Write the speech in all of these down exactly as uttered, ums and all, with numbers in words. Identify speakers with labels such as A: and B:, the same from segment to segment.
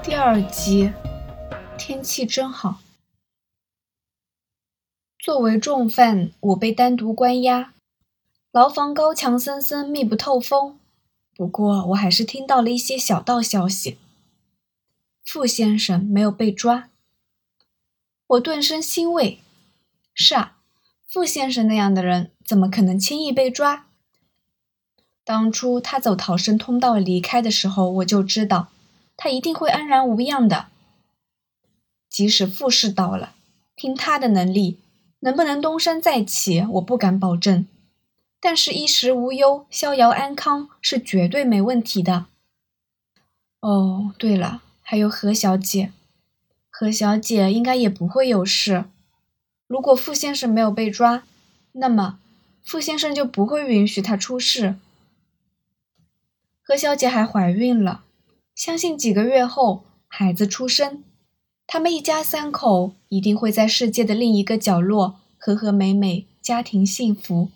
A: 第二集，天气真好。作为重犯，我被单独关押，牢房高墙森森，密不透风。不过我还是听到了一些小道消息。傅先生没有被抓，我顿生欣慰。是啊，傅先生那样的人怎么可能轻易被抓？当初他走逃生通道离开的时候，我就知道他一定会安然无恙的。即使傅氏倒了，凭他的能力，能不能东山再起，我不敢保证。但是衣食无忧，逍遥安康是绝对没问题的。哦，对了，还有何小姐。何小姐应该也不会有事。如果傅先生没有被抓，那么傅先生就不会允许他出事。何小姐还怀孕了，相信几个月后孩子出生，他们一家三口一定会在世界的另一个角落和和美美，家庭幸福。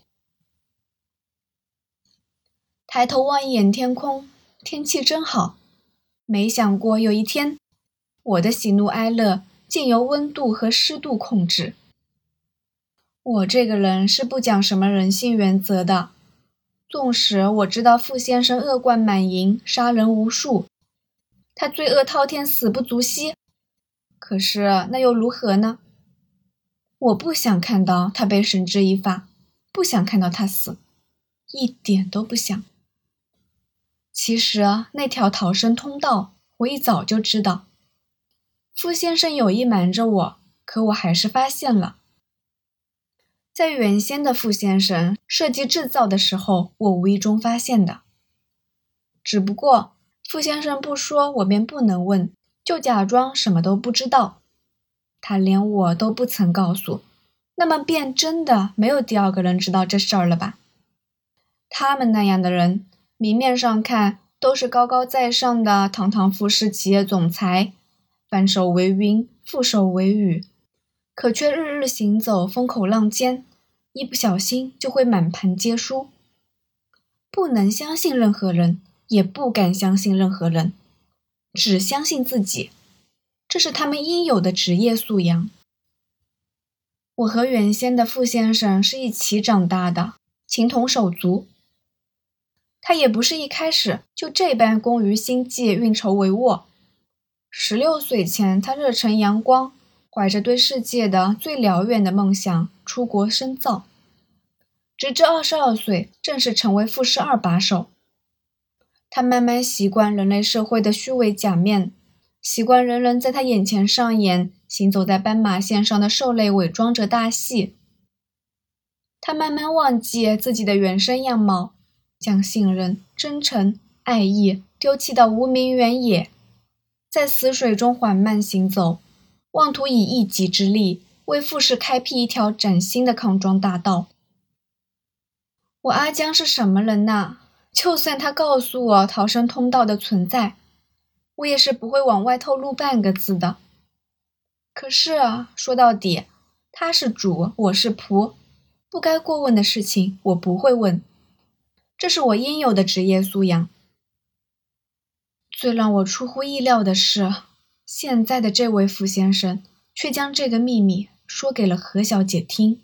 A: 抬头望一眼天空，天气真好。没想过有一天，我的喜怒哀乐竟由温度和湿度控制。我这个人是不讲什么人性原则的，纵使我知道傅先生恶贯满盈，杀人无数，他罪恶滔天，死不足惜，可是那又如何呢？我不想看到他被绳之以法，不想看到他死，一点都不想。其实那条逃生通道我一早就知道，傅先生有意瞒着我，可我还是发现了。在原先的傅先生设计制造的时候，我无意中发现的。只不过傅先生不说，我便不能问，就假装什么都不知道。他连我都不曾告诉，那么便真的没有第二个人知道这事儿了吧？他们那样的人，明面上看都是高高在上的堂堂傅氏企业总裁，翻手为云，覆手为雨，可却日日行走风口浪尖，一不小心就会满盘皆输。不能相信任何人，也不敢相信任何人，只相信自己，这是他们应有的职业素养。我和原先的傅先生是一起长大的，情同手足。他也不是一开始就这般工于心计，运筹帷幄。十六岁前，他热忱阳光，怀着对世界的最辽远的梦想，出国深造。直至二十二岁，正式成为傅氏二把手。他慢慢习惯人类社会的虚伪假面，习惯人人在他眼前上演行走在斑马线上的兽类伪装者大戏。他慢慢忘记自己的原生样貌，将信任、真诚、爱意丢弃到无名原野，在死水中缓慢行走，妄图以一己之力为傅氏开辟一条崭新的康庄大道。我阿江是什么人呐？就算他告诉我逃生通道的存在，我也是不会往外透露半个字的。可是啊，说到底，他是主，我是仆，不该过问的事情我不会问，这是我应有的职业素养。最让我出乎意料的是，现在的这位傅先生却将这个秘密说给了何小姐听。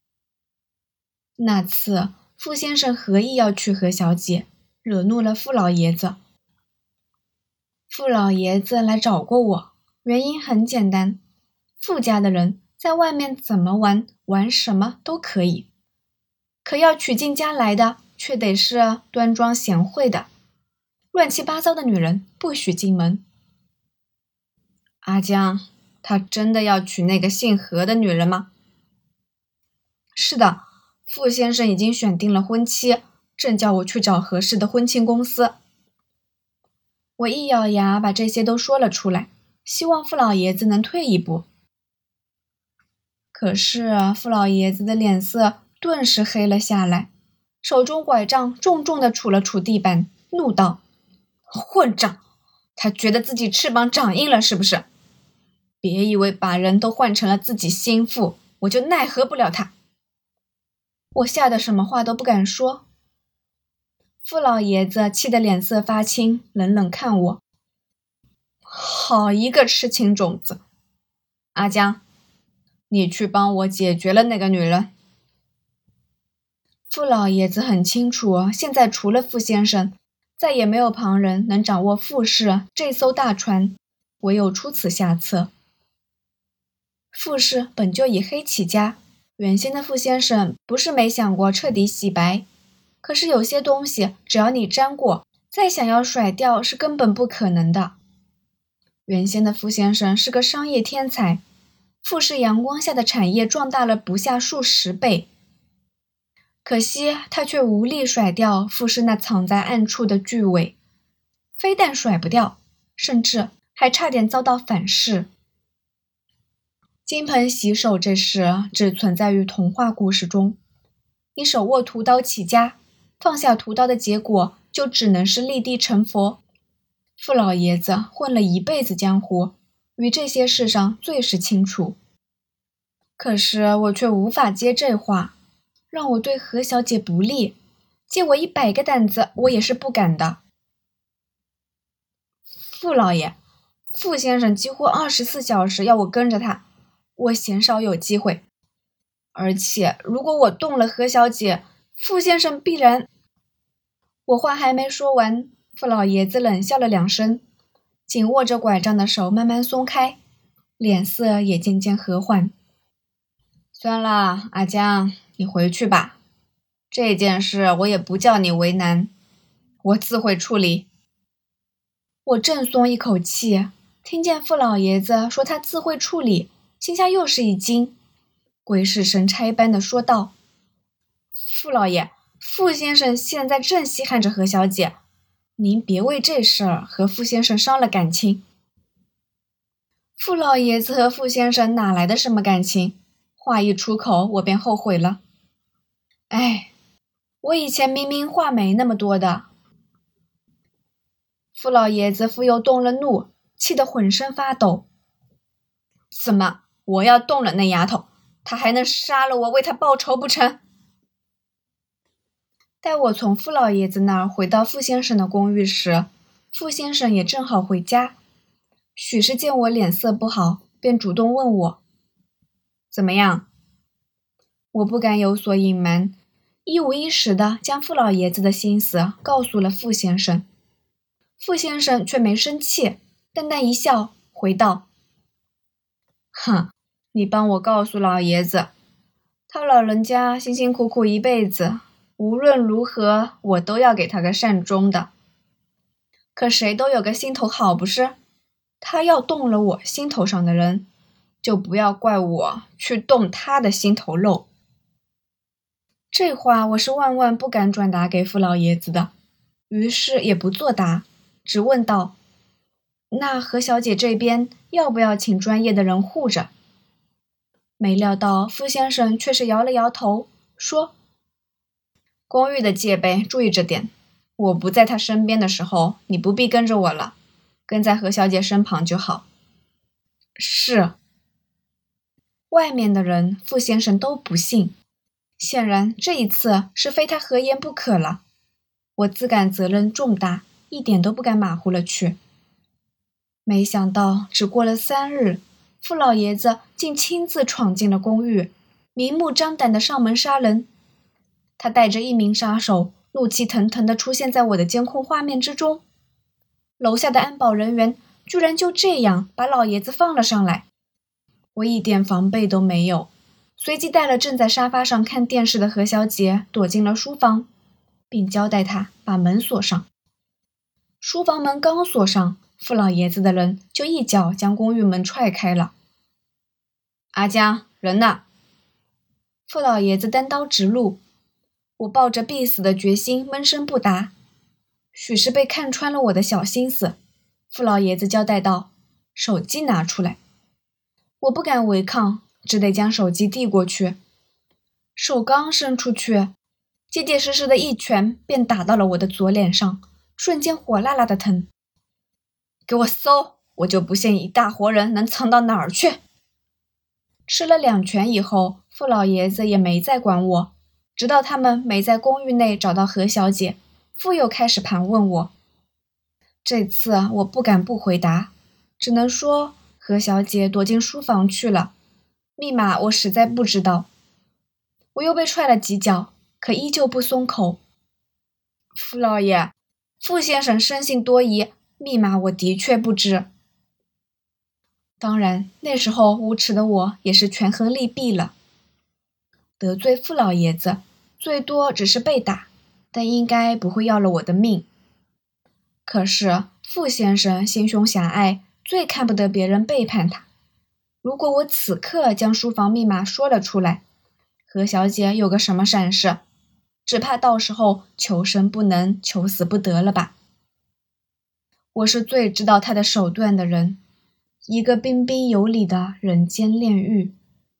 A: 那次傅先生合意要娶何小姐，惹怒了傅老爷子。傅老爷子来找过我，原因很简单，傅家的人在外面怎么玩，玩什么都可以，可要娶进家来的却得是端庄贤惠的，乱七八糟的女人不许进门。阿江，他真的要娶那个姓何的女人吗？是的，傅先生已经选定了婚期，正叫我去找合适的婚庆公司。我一咬牙把这些都说了出来，希望傅老爷子能退一步。可是傅老爷子的脸色顿时黑了下来，手中拐杖重重地杵了杵地板，怒道：混账！他觉得自己翅膀长硬了是不是？别以为把人都换成了自己心腹，我就奈何不了他。我吓得什么话都不敢说。傅老爷子气得脸色发青，冷冷看我。 好一个痴情种子！阿江，你去帮我解决了那个女人。傅老爷子很清楚，现在除了傅先生，再也没有旁人能掌握傅氏这艘大船，唯有出此下策。傅氏本就以黑起家，原先的傅先生不是没想过彻底洗白，可是有些东西只要你沾过，再想要甩掉是根本不可能的。原先的傅先生是个商业天才，傅氏阳光下的产业壮大了不下数十倍，可惜他却无力甩掉傅氏那藏在暗处的巨尾，非但甩不掉，甚至还差点遭到反噬。金盆洗手这事只存在于童话故事中，你手握屠刀起家，放下屠刀的结果就只能是立地成佛。傅老爷子混了一辈子江湖，于这些事上最是清楚。可是我却无法接这话，让我对何小姐不利，借我一百个胆子我也是不敢的。傅老爷，傅先生几乎二十四小时要我跟着他，我鲜少有机会。而且如果我动了何小姐，傅先生必然……我话还没说完，傅老爷子冷笑了两声，紧握着拐杖的手慢慢松开，脸色也渐渐和缓。算了，阿江，你回去吧，这件事我也不叫你为难，我自会处理。我正松一口气，听见傅老爷子说他自会处理，心下又是一惊，鬼使神差般的说道：傅老爷，傅先生现在正稀罕着何小姐，您别为这事儿和傅先生伤了感情。傅老爷子和傅先生哪来的什么感情？话一出口，我便后悔了。哎，我以前明明话没那么多的。傅老爷子复又动了怒，气得浑身发抖。怎么，我要动了那丫头，她还能杀了我为她报仇不成？待我从傅老爷子那儿回到傅先生的公寓时，傅先生也正好回家。许是见我脸色不好，便主动问我怎么样。我不敢有所隐瞒，一五一十地将傅老爷子的心思告诉了傅先生。傅先生却没生气，淡淡一笑，回道：哼，你帮我告诉老爷子，他老人家辛辛苦苦一辈子，无论如何我都要给他个善终的。可谁都有个心头好不是？他要动了我心头上的人，就不要怪我去动他的心头肉。这话我是万万不敢转达给傅老爷子的，于是也不作答，只问道：那何小姐这边要不要请专业的人护着？没料到傅先生却是摇了摇头，说：公寓的戒备注意着点，我不在他身边的时候，你不必跟着我了，跟在何小姐身旁就好。是。外面的人傅先生都不信，显然这一次是非他何言不可了。我自感责任重大，一点都不敢马虎了去。没想到只过了三日，傅老爷子竟亲自闯进了公寓，明目张胆地上门杀人。他带着一名杀手，怒气腾腾地出现在我的监控画面之中。楼下的安保人员居然就这样把老爷子放了上来，我一点防备都没有，随即带了正在沙发上看电视的何小姐躲进了书房，并交代她把门锁上。书房门刚锁上，傅老爷子的人就一脚将公寓门踹开了。阿江，人呢？傅老爷子单刀直入，我抱着必死的决心闷声不答。许是被看穿了我的小心思，傅老爷子交代道：手机拿出来。我不敢违抗，只得将手机递过去。手刚伸出去，结结实实的一拳便打到了我的左脸上，瞬间火辣辣的疼。给我搜，我就不信一大伙人能藏到哪儿去。吃了两拳以后，傅老爷子也没再管我，直到他们没在公寓内找到何小姐，傅又开始盘问我。这次我不敢不回答， 只能说何小姐躲进书房去了，密码我实在不知道。我又被踹了几脚，可依旧不松口。傅老爷，傅先生生性多疑，密码我的确不知。当然，那时候无耻的我也是权衡利弊了。得罪傅老爷子，最多只是被打，但应该不会要了我的命。可是傅先生心胸狭隘，最看不得别人背叛他。如果我此刻将书房密码说了出来，何小姐有个什么闪失，只怕到时候求生不能，求死不得了吧。我是最知道她的手段的人，一个彬彬有礼的人间炼狱。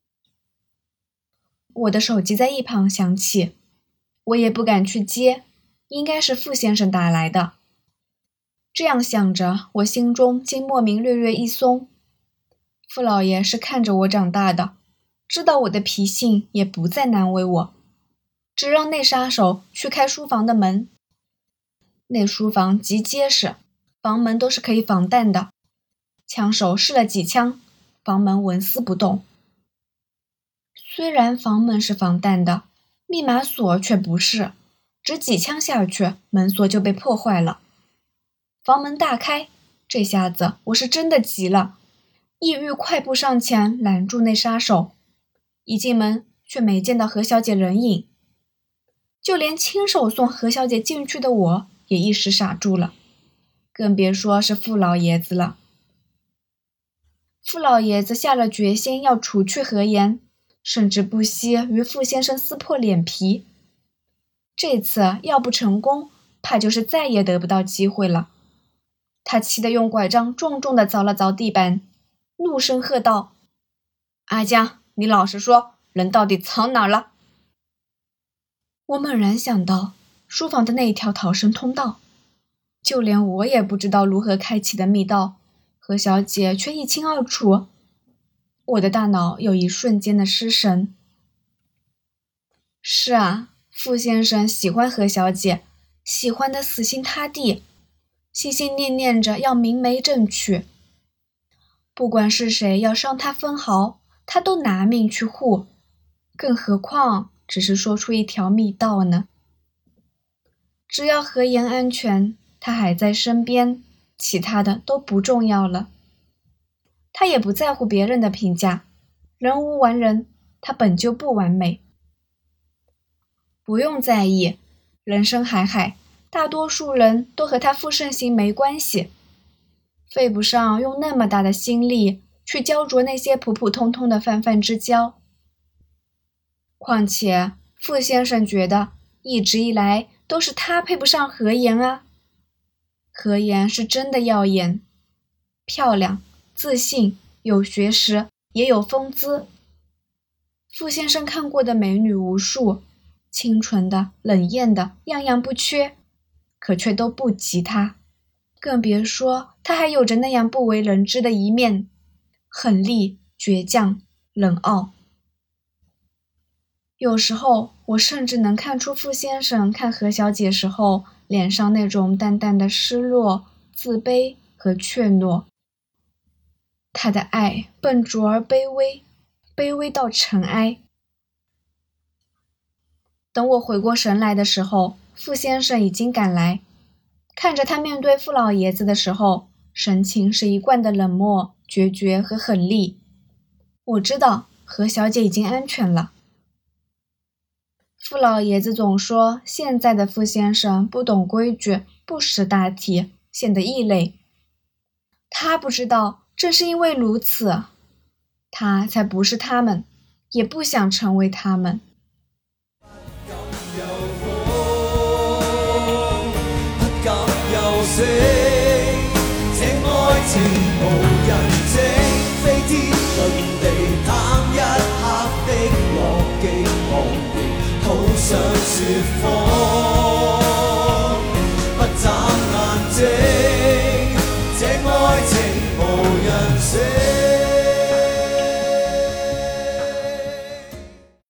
A: 我的手机在一旁响起，我也不敢去接，应该是傅先生打来的。这样想着，我心中竟莫名略略一松。傅老爷是看着我长大的，知道我的脾性，也不再难为我，只让那杀手去开书房的门。那书房极结实，房门都是可以防弹的。枪手试了几枪，房门纹丝不动。虽然房门是防弹的，密码锁却不是，只几枪下去，门锁就被破坏了。房门大开，这下子我是真的急了，意欲快步上前拦住那杀手。一进门却没见到何小姐人影，就连亲手送何小姐进去的我也一时傻住了，更别说是傅老爷子了。傅老爷子下了决心要除去何言，甚至不惜与傅先生撕破脸皮。这次要不成功，怕就是再也得不到机会了。他气得用拐杖重重地凿了凿地板，怒声喝道：阿江，你老实说，人到底藏哪儿了？我猛然想到书房的那一条逃生通道，就连我也不知道如何开启的密道，何小姐却一清二楚。我的大脑有一瞬间的失神。是啊，傅先生喜欢何小姐，喜欢得死心塌地，心心念念着要明媒正娶。不管是谁要伤他分毫，他都拿命去护，更何况只是说出一条密道呢？只要何言安全，他还在身边，其他的都不重要了。他也不在乎别人的评价，人无完人，他本就不完美。不用在意，人生海海，大多数人都和他傅盛行没关系，费不上用那么大的心力去焦灼那些普普通通的泛泛之交。况且傅先生觉得一直以来都是他配不上何言啊。何言是真的耀眼，漂亮，自信，有学识，也有风姿。傅先生看过的美女无数，清纯的，冷艳的，样样不缺，可却都不及他。更别说他还有着那样不为人知的一面，狠戾、倔强、冷傲。有时候我甚至能看出傅先生看何小姐时候脸上那种淡淡的失落、自卑和怯懦。他的爱笨拙而卑微，卑微到尘埃。等我回过神来的时候，傅先生已经赶来。看着他面对傅老爷子的时候，神情是一贯的冷漠、决绝和狠戾。我知道何小姐已经安全了。傅老爷子总说现在的傅先生不懂规矩，不识大体，显得异类。他不知道，正是因为如此，他才不是他们，也不想成为他们。
B: 這愛情無人證，飛天遁